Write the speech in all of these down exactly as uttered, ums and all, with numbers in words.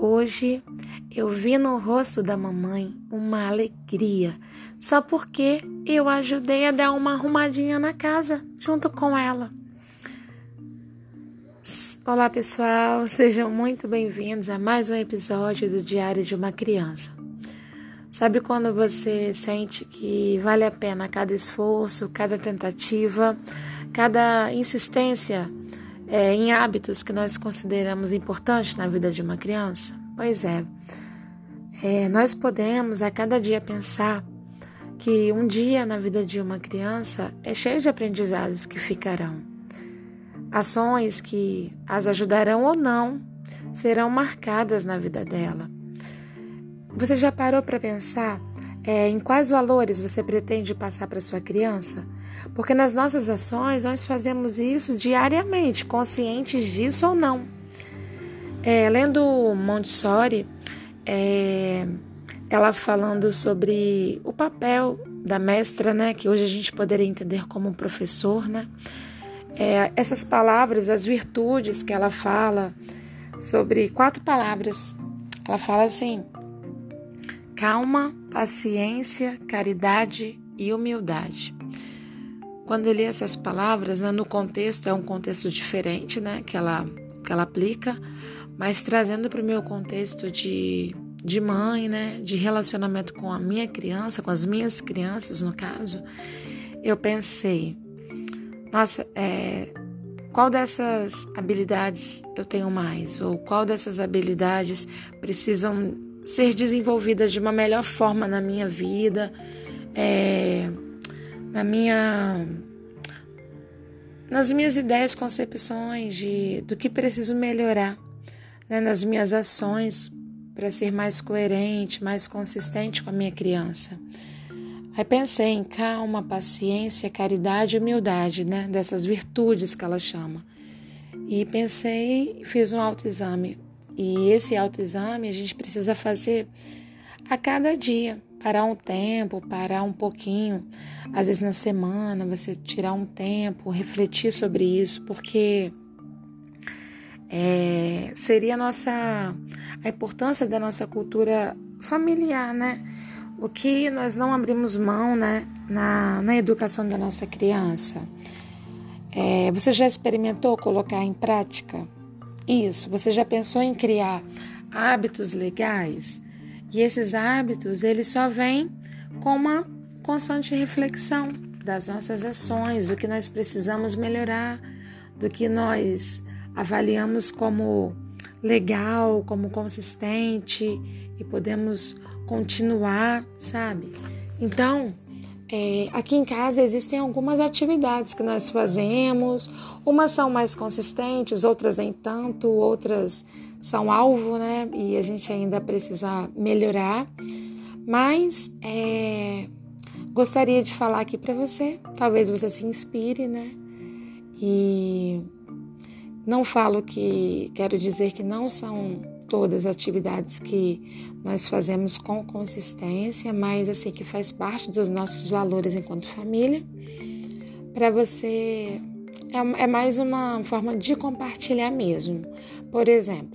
Hoje eu vi no rosto da mamãe uma alegria, só porque eu ajudei a dar uma arrumadinha na casa junto com ela. Olá pessoal, sejam muito bem-vindos a mais um episódio do Diário de uma Criança. Sabe quando você sente que vale a pena cada esforço, cada tentativa, cada insistência é, em hábitos que nós consideramos importantes na vida de uma criança? Pois é, é, nós podemos a cada dia pensar que um dia na vida de uma criança é cheio de aprendizados que ficarão. Ações que as ajudarão ou não serão marcadas na vida dela. Você já parou para pensar é, em quais valores você pretende passar para sua criança? Porque nas nossas ações nós fazemos isso diariamente, conscientes disso ou não. É, lendo Montessori, é, ela falando sobre o papel da mestra, né, que hoje a gente poderia entender como professor, né? É, essas palavras, as virtudes que ela fala, sobre quatro palavras. Ela fala assim: calma, paciência, caridade e humildade. Quando eu li essas palavras, né, no contexto, é um contexto diferente, né, que ela, que ela aplica, mas trazendo para o meu contexto de, de mãe, né, de relacionamento com a minha criança, com as minhas crianças, no caso, eu pensei, nossa, é, qual dessas habilidades eu tenho mais? Ou qual dessas habilidades precisam ser desenvolvidas de uma melhor forma na minha vida, é, na minha, nas minhas ideias, concepções de, do que preciso melhorar, né, nas minhas ações para ser mais coerente, mais consistente com a minha criança. Aí pensei em calma, paciência, caridade e humildade, né, dessas virtudes que ela chama. E pensei, fiz um autoexame. E esse autoexame a gente precisa fazer a cada dia, parar um tempo, parar um pouquinho, às vezes na semana, você tirar um tempo, refletir sobre isso, porque é, seria a nossa, a importância da nossa cultura familiar, né? O que nós não abrimos mão, né, na, na educação da nossa criança. É, você já experimentou colocar em prática isso? Você já pensou em criar hábitos legais? E esses hábitos, eles só vêm com uma constante reflexão das nossas ações, do que nós precisamos melhorar, do que nós avaliamos como legal, como consistente e podemos continuar, sabe? Então, é, aqui em casa existem algumas atividades que nós fazemos, umas são mais consistentes, outras nem tanto, outras são alvo, né? E a gente ainda precisa melhorar, mas é, gostaria de falar aqui para você, talvez você se inspire, né? E não falo que, quero dizer que não são todas as atividades que nós fazemos com consistência, mas assim, que faz parte dos nossos valores enquanto família. Para você, é, é mais uma forma de compartilhar mesmo. Por exemplo,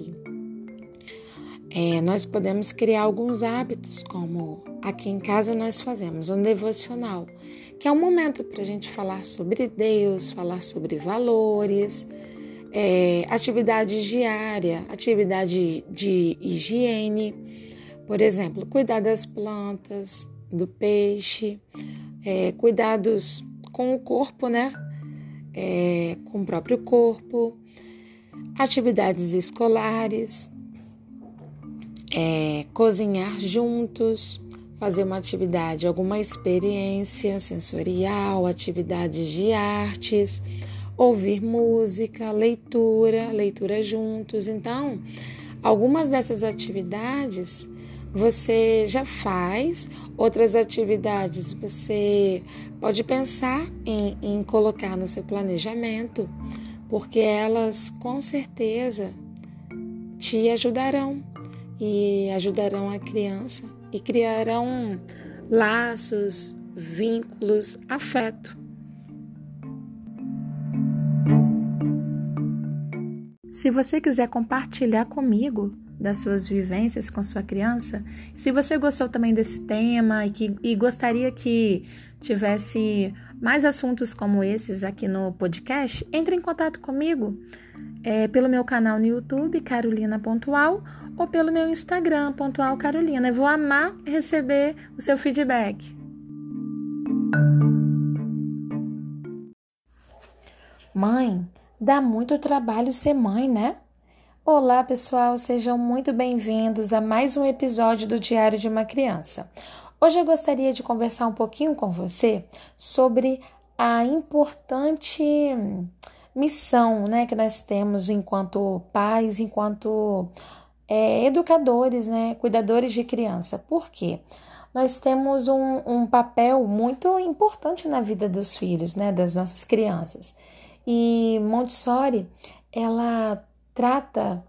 é, nós podemos criar alguns hábitos, como aqui em casa nós fazemos um devocional, que é um momento para a gente falar sobre Deus, falar sobre valores, É, atividade diária, atividade de higiene, por exemplo, cuidar das plantas, do peixe, é, cuidados com o corpo, né? É, com o próprio corpo, atividades escolares, é, cozinhar juntos, fazer uma atividade, alguma experiência sensorial, atividades de artes, ouvir música, leitura, leitura juntos. Então, algumas dessas atividades você já faz, outras atividades você pode pensar em, em colocar no seu planejamento, porque elas com certeza te ajudarão e ajudarão a criança e criarão laços, vínculos, afeto. Se você quiser compartilhar comigo das suas vivências com sua criança. Se você gostou também desse tema e, que, e gostaria que tivesse mais assuntos como esses aqui no podcast, entre em contato comigo é, pelo meu canal no YouTube, Carolina Pontual, ou pelo meu Instagram, Pontual Carolina. Eu vou amar receber o seu feedback. Mãe, dá muito trabalho ser mãe, né? Olá, pessoal, sejam muito bem-vindos a mais um episódio do Diário de uma Criança. Hoje eu gostaria de conversar um pouquinho com você sobre a importante missão, né, que nós temos enquanto pais, enquanto é, educadores, né, cuidadores de criança. Por quê? Nós temos um, um papel muito importante na vida dos filhos, né, das nossas crianças. E Montessori, ela trata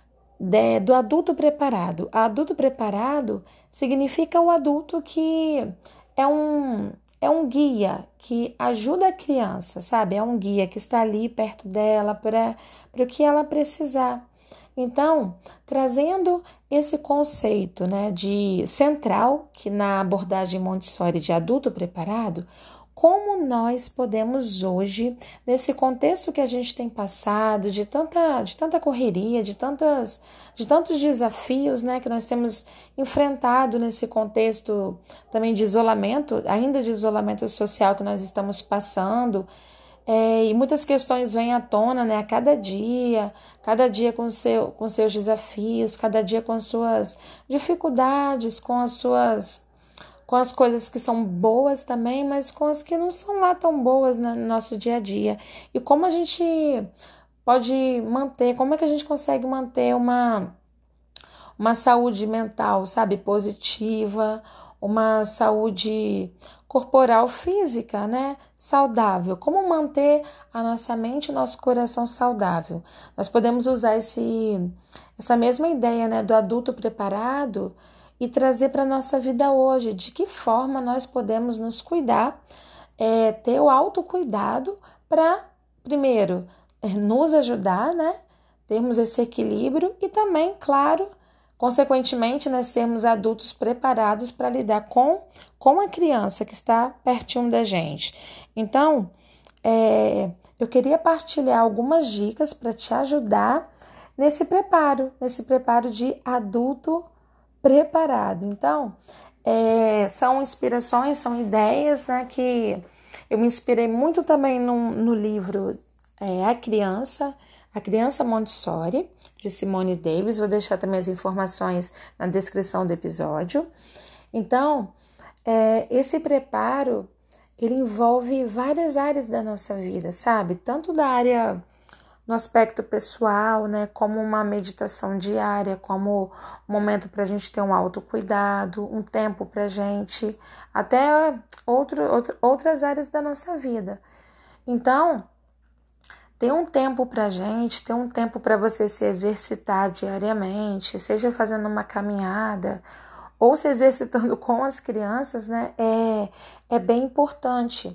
de, do adulto preparado. Adulto preparado significa o adulto que é um, é um guia que ajuda a criança, sabe? É um guia que está ali perto dela para o que ela precisar. Então, trazendo esse conceito, né, de central, que na abordagem Montessori de adulto preparado, como nós podemos hoje, nesse contexto que a gente tem passado, de tanta, de tanta correria, de, tantas, de tantos desafios, né, que nós temos enfrentado nesse contexto também de isolamento, ainda de isolamento social que nós estamos passando, é, e muitas questões vêm à tona, né, a cada dia, cada dia com, seu, com seus desafios, cada dia com as suas dificuldades, com as suas... com as coisas que são boas também, mas com as que não são lá tão boas, né, no nosso dia a dia. E como a gente pode manter, como é que a gente consegue manter uma, uma saúde mental, sabe, positiva, uma saúde corporal, física, né, saudável. Como manter a nossa mente e o nosso coração saudável. Nós podemos usar esse, essa mesma ideia, né, do adulto preparado e trazer para a nossa vida hoje, de que forma nós podemos nos cuidar, é, ter o autocuidado para, primeiro, é, nos ajudar, né? Termos esse equilíbrio e também, claro, consequentemente, nós sermos adultos preparados para lidar com, com a criança que está pertinho da gente. Então, é, eu queria partilhar algumas dicas para te ajudar nesse preparo, nesse preparo de adulto preparado. Então, é, são inspirações, são ideias, né, que eu me inspirei muito também no, no livro é, A Criança, A Criança Montessori, de Simone Davis. Vou deixar também as informações na descrição do episódio. Então, é, esse preparo, ele envolve várias áreas da nossa vida, sabe? Tanto da área no aspecto pessoal, né, como uma meditação diária, como um momento para a gente ter um autocuidado, um tempo para a gente, até outro, outro, outras áreas da nossa vida. Então, ter um tempo para a gente, ter um tempo para você se exercitar diariamente, seja fazendo uma caminhada ou se exercitando com as crianças, né, é, é bem importante.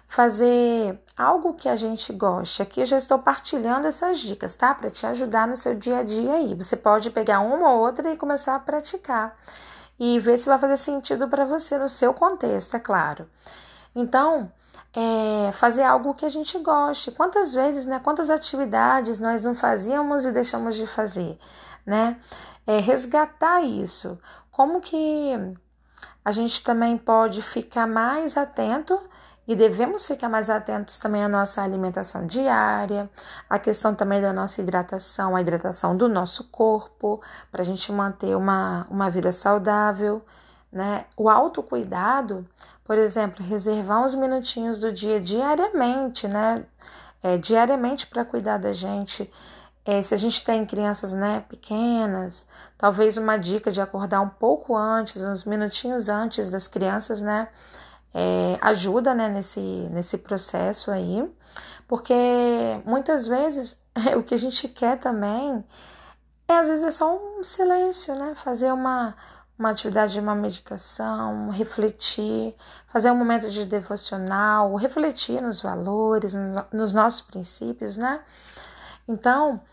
Fazer algo que a gente goste. Aqui eu já estou partilhando essas dicas, tá? Para te ajudar no seu dia a dia aí. Você pode pegar uma ou outra e começar a praticar. E ver se vai fazer sentido para você no seu contexto, é claro. Então, é, fazer algo que a gente goste. Quantas vezes, né? Quantas atividades nós não fazíamos e deixamos de fazer, né? É, resgatar isso. Como que a gente também pode ficar mais atento. E devemos ficar mais atentos também à nossa alimentação diária, a questão também da nossa hidratação, a hidratação do nosso corpo, para a gente manter uma, uma vida saudável, né? O autocuidado, por exemplo, reservar uns minutinhos do dia diariamente, né? É, diariamente para cuidar da gente. É, se a gente tem crianças, né, pequenas, talvez uma dica de acordar um pouco antes, uns minutinhos antes das crianças, né? É, ajuda, né, nesse, nesse processo aí, porque muitas vezes o que a gente quer também é, às vezes, é só um silêncio, né, fazer uma, uma atividade de uma meditação, refletir, fazer um momento de devocional, refletir nos valores, nos, nos nossos princípios, né, então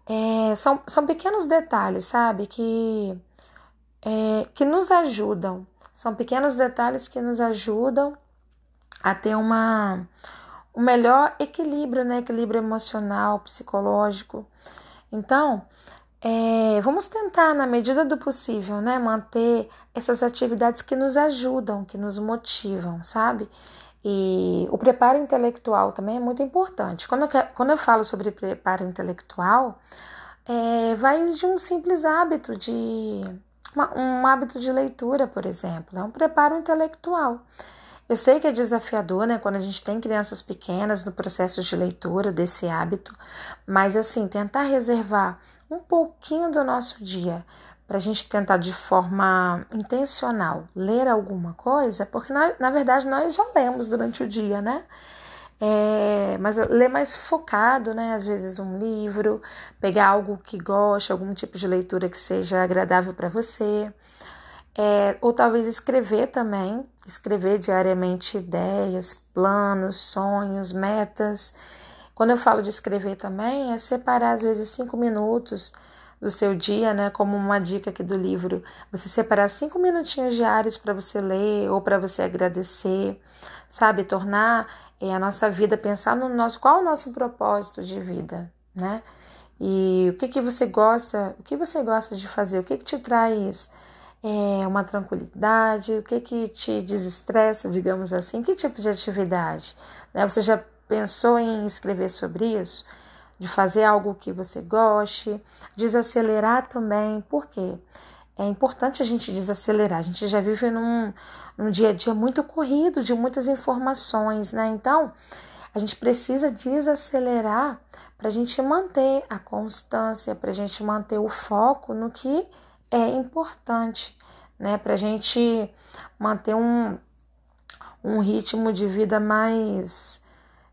É, são, são pequenos detalhes, sabe, que, é, que nos ajudam. São pequenos detalhes que nos ajudam a ter uma, um melhor equilíbrio, né? Equilíbrio emocional, psicológico. Então, é, vamos tentar, na medida do possível, né? Manter essas atividades que nos ajudam, que nos motivam, sabe? E o preparo intelectual também é muito importante. Quando eu, quero, quando eu falo sobre preparo intelectual, é, vai de um simples hábito de... Uma, um hábito de leitura, por exemplo. É um preparo intelectual. Eu sei que é desafiador, né, quando a gente tem crianças pequenas no processo de leitura desse hábito, mas assim, tentar reservar um pouquinho do nosso dia para a gente tentar de forma intencional ler alguma coisa, porque nós, na verdade nós já lemos durante o dia, né? É, mas ler mais focado, né? Às vezes um livro, pegar algo que goste, algum tipo de leitura que seja agradável para você. É, ou talvez escrever também, escrever diariamente ideias, planos, sonhos, metas. Quando eu falo de escrever também, é separar às vezes cinco minutos do seu dia, né? Como uma dica aqui do livro, você separar cinco minutinhos diários para você ler ou para você agradecer, sabe? Tornar é, a nossa vida, pensar no nosso, qual é o nosso propósito de vida, né? E o que que você gosta, o que você gosta de fazer, o que que te traz é, uma tranquilidade, o que que te desestressa, digamos assim, que tipo de atividade, né? Você já pensou em escrever sobre isso? De fazer algo que você goste, desacelerar também, por quê? É importante a gente desacelerar, a gente já vive num, num dia a dia muito corrido, de muitas informações, né? Então, a gente precisa desacelerar para a gente manter a constância, para a gente manter o foco no que é importante, né? Para a gente manter um, um ritmo de vida mais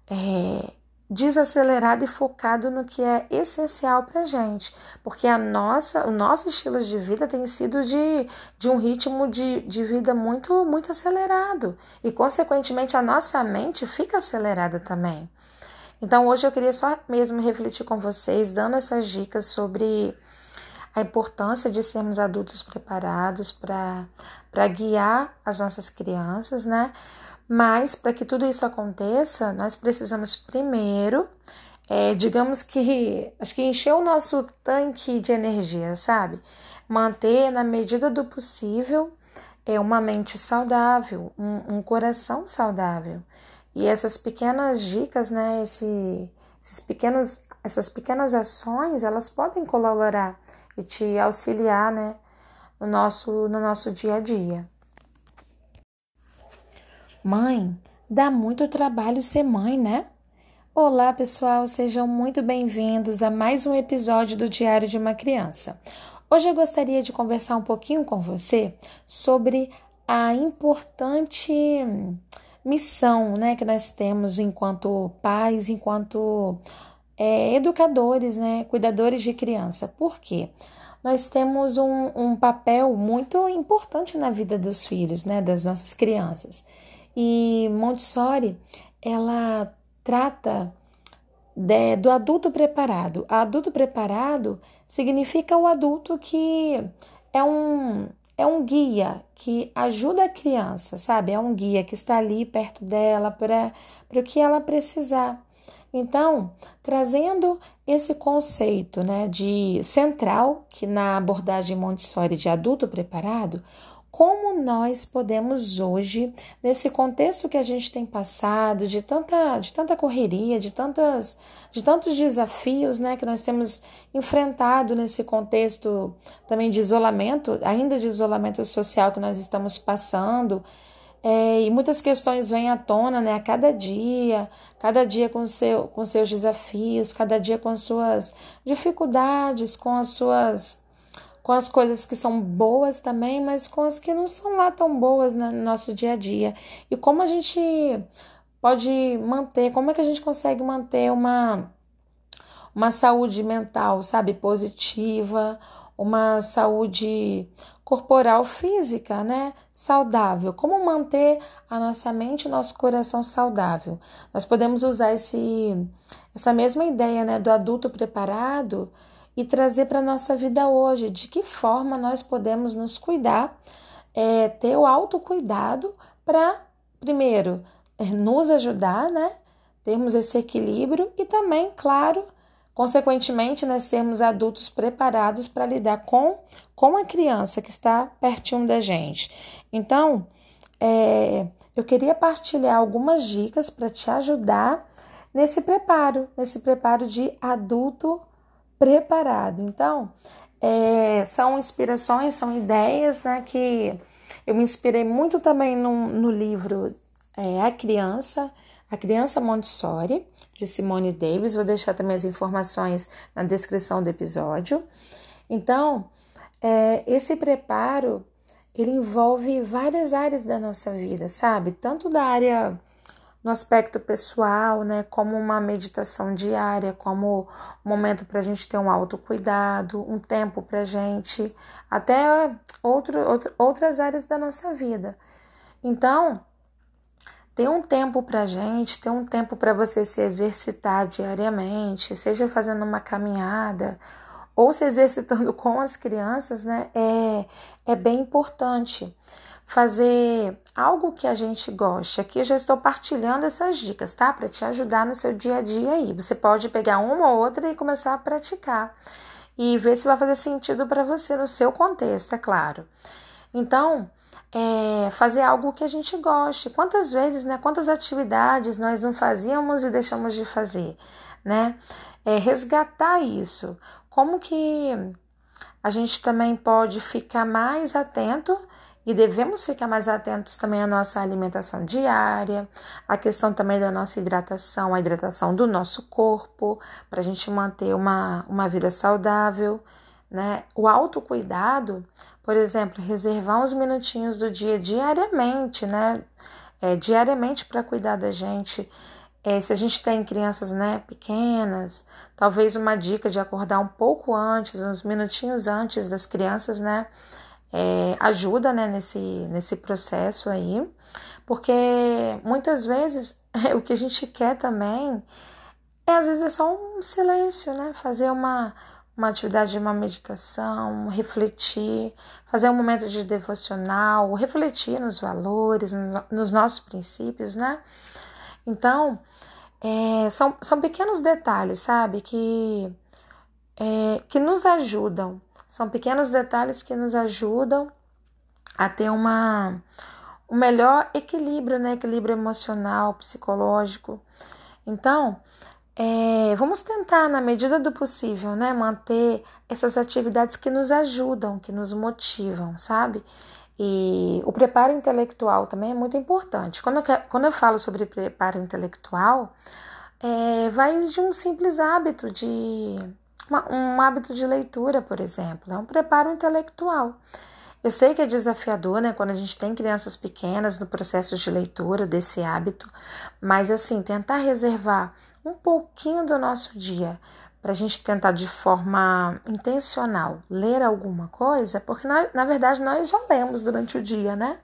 é, desacelerado e focado no que é essencial para a gente, porque a nossa, o nosso estilo de vida tem sido de, de um ritmo de, de vida muito, muito acelerado e, consequentemente, a nossa mente fica acelerada também. Então, hoje eu queria só mesmo refletir com vocês, dando essas dicas sobre a importância de sermos adultos preparados para para guiar as nossas crianças, né? Mas, para que tudo isso aconteça, nós precisamos primeiro, é, digamos que, acho que encher o nosso tanque de energia, sabe? Manter, na medida do possível, é, uma mente saudável, um, um coração saudável. E essas pequenas dicas, né? Esse, esses pequenos, essas pequenas ações, elas podem colaborar e te auxiliar, né? No nosso, no nosso dia a dia. Mãe, dá muito trabalho ser mãe, né? Olá, pessoal, sejam muito bem-vindos a mais um episódio do Diário de uma Criança. Hoje eu gostaria de conversar um pouquinho com você sobre a importante missão, né, que nós temos enquanto pais, enquanto é, educadores, né, cuidadores de criança. Por quê? Nós temos um, um papel muito importante na vida dos filhos, né, das nossas crianças. E Montessori, ela trata de, do adulto preparado. Adulto preparado significa o adulto que é um, é um guia que ajuda a criança, sabe? É um guia que está ali perto dela para o que ela precisar. Então, trazendo esse conceito, né, de central, que na abordagem Montessori de adulto preparado, como nós podemos hoje, nesse contexto que a gente tem passado, de tanta, de tanta correria, de, tantas, de tantos desafios, né, que nós temos enfrentado nesse contexto também de isolamento, ainda de isolamento social que nós estamos passando, é, e muitas questões vêm à tona, né, a cada dia, cada dia com, seu, com seus desafios, cada dia com suas dificuldades, com as suas... com as coisas que são boas também, mas com as que não são lá tão boas, né, no nosso dia a dia. E como a gente pode manter, como é que a gente consegue manter uma, uma saúde mental, sabe, positiva, uma saúde corporal, física, né, saudável. Como manter a nossa mente e o nosso coração saudável? Nós podemos usar esse, essa mesma ideia, né, do adulto preparado e trazer para a nossa vida hoje, de que forma nós podemos nos cuidar, é, ter o autocuidado para, primeiro, é, nos ajudar, né? Termos esse equilíbrio e também, claro, consequentemente, nós sermos adultos preparados para lidar com, com a criança que está pertinho da gente. Então, é, eu queria partilhar algumas dicas para te ajudar nesse preparo, nesse preparo de adulto preparado. Então, é, são inspirações, são ideias, né, que eu me inspirei muito também no, no livro é, A Criança, A Criança Montessori, de Simone Davis. Vou deixar também as informações na descrição do episódio. Então, é, esse preparo, ele envolve várias áreas da nossa vida, sabe? Tanto da área no aspecto pessoal, né? Como uma meditação diária, como um momento para a gente ter um autocuidado, um tempo para a gente, até outro, outro, outras áreas da nossa vida. Então, ter um tempo para a gente, ter um tempo para você se exercitar diariamente, seja fazendo uma caminhada ou se exercitando com as crianças, né, é, é bem importante. Fazer algo que a gente goste. Aqui eu já estou partilhando essas dicas, tá? Para te ajudar no seu dia a dia aí. Você pode pegar uma ou outra e começar a praticar. E ver se vai fazer sentido para você no seu contexto, é claro. Então, é, fazer algo que a gente goste. Quantas vezes, né? Quantas atividades nós não fazíamos e deixamos de fazer, né? É, resgatar isso. Como que a gente também pode ficar mais atento e devemos ficar mais atentos também à nossa alimentação diária, a questão também da nossa hidratação, a hidratação do nosso corpo, para a gente manter uma, uma vida saudável, né? O autocuidado, por exemplo, reservar uns minutinhos do dia diariamente, né? É, diariamente para cuidar da gente. É, se a gente tem crianças, né, pequenas, talvez uma dica de acordar um pouco antes, uns minutinhos antes das crianças, né, é, ajuda, né, nesse, nesse processo aí, porque muitas vezes o que a gente quer também é, às vezes, é só um silêncio, né, fazer uma, uma atividade de uma meditação, refletir, fazer um momento de devocional, refletir nos valores, nos, nos nossos princípios, né. Então, é, são, são pequenos detalhes, sabe, que, é, que nos ajudam. São pequenos detalhes que nos ajudam a ter uma, um melhor equilíbrio, né, equilíbrio emocional, psicológico. Então, é, vamos tentar, na medida do possível, né, manter essas atividades que nos ajudam, que nos motivam, sabe? E o preparo intelectual também é muito importante. Quando eu, quando eu falo sobre preparo intelectual, é, vai de um simples hábito de... Uma, um hábito de leitura, por exemplo. É um preparo intelectual. Eu sei que é desafiador, né? Quando a gente tem crianças pequenas no processo de leitura desse hábito, mas assim, tentar reservar um pouquinho do nosso dia para a gente tentar de forma intencional ler alguma coisa, porque nós, na verdade nós já lemos durante o dia, né?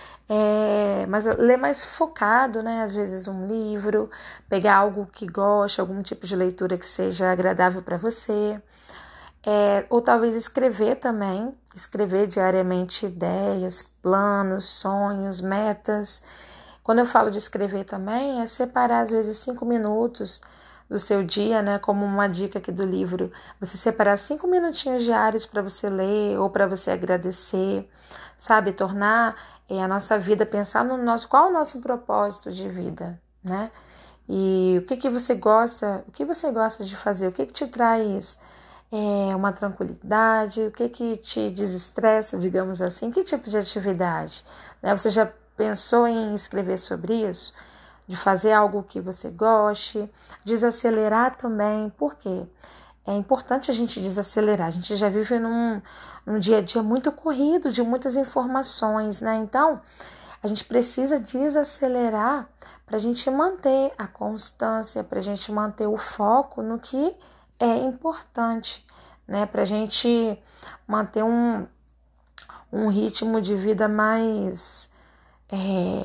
É, mas ler mais focado, né? Às vezes um livro, pegar algo que goste, algum tipo de leitura que seja agradável para você, é, ou talvez escrever também, escrever diariamente ideias, planos, sonhos, metas. Quando eu falo de escrever também, é separar às vezes cinco minutos do seu dia, né, como uma dica aqui do livro, você separar cinco minutinhos diários para você ler ou para você agradecer, sabe, tornar é, a nossa vida, pensar no nosso, qual é o nosso propósito de vida, né, e o que que você gosta, o que você gosta de fazer, o que que te traz é, uma tranquilidade, o que que te desestressa, digamos assim, que tipo de atividade, né, você já pensou em escrever sobre isso? De fazer algo que você goste, desacelerar também, por quê? É importante a gente desacelerar, a gente já vive num, num dia a dia muito corrido, de muitas informações, né? Então, a gente precisa desacelerar para a gente manter a constância, para a gente manter o foco no que é importante, né? Para a gente manter um, um ritmo de vida mais... É,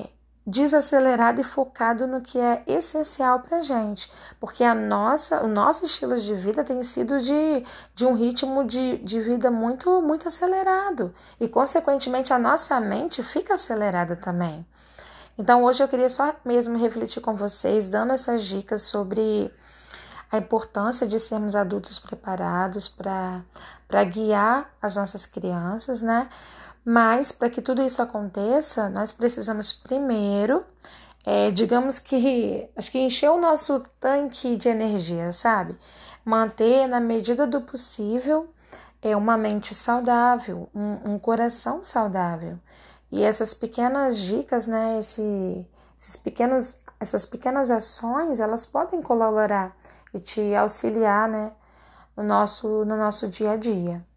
desacelerado e focado no que é essencial para a gente, porque a nossa, o nosso estilo de vida tem sido de, de um ritmo de, de vida muito, muito acelerado e, consequentemente, a nossa mente fica acelerada também. Então, hoje eu queria só mesmo refletir com vocês, dando essas dicas sobre a importância de sermos adultos preparados para para guiar as nossas crianças, né? Mas para que tudo isso aconteça, nós precisamos primeiro, é, digamos que, acho que encher o nosso tanque de energia, sabe? Manter na medida do possível é uma mente saudável, um, um coração saudável. E essas pequenas dicas, né? Esse, esses pequenos, essas pequenas ações, elas podem colaborar e te auxiliar, né? No nosso, no nosso dia a dia.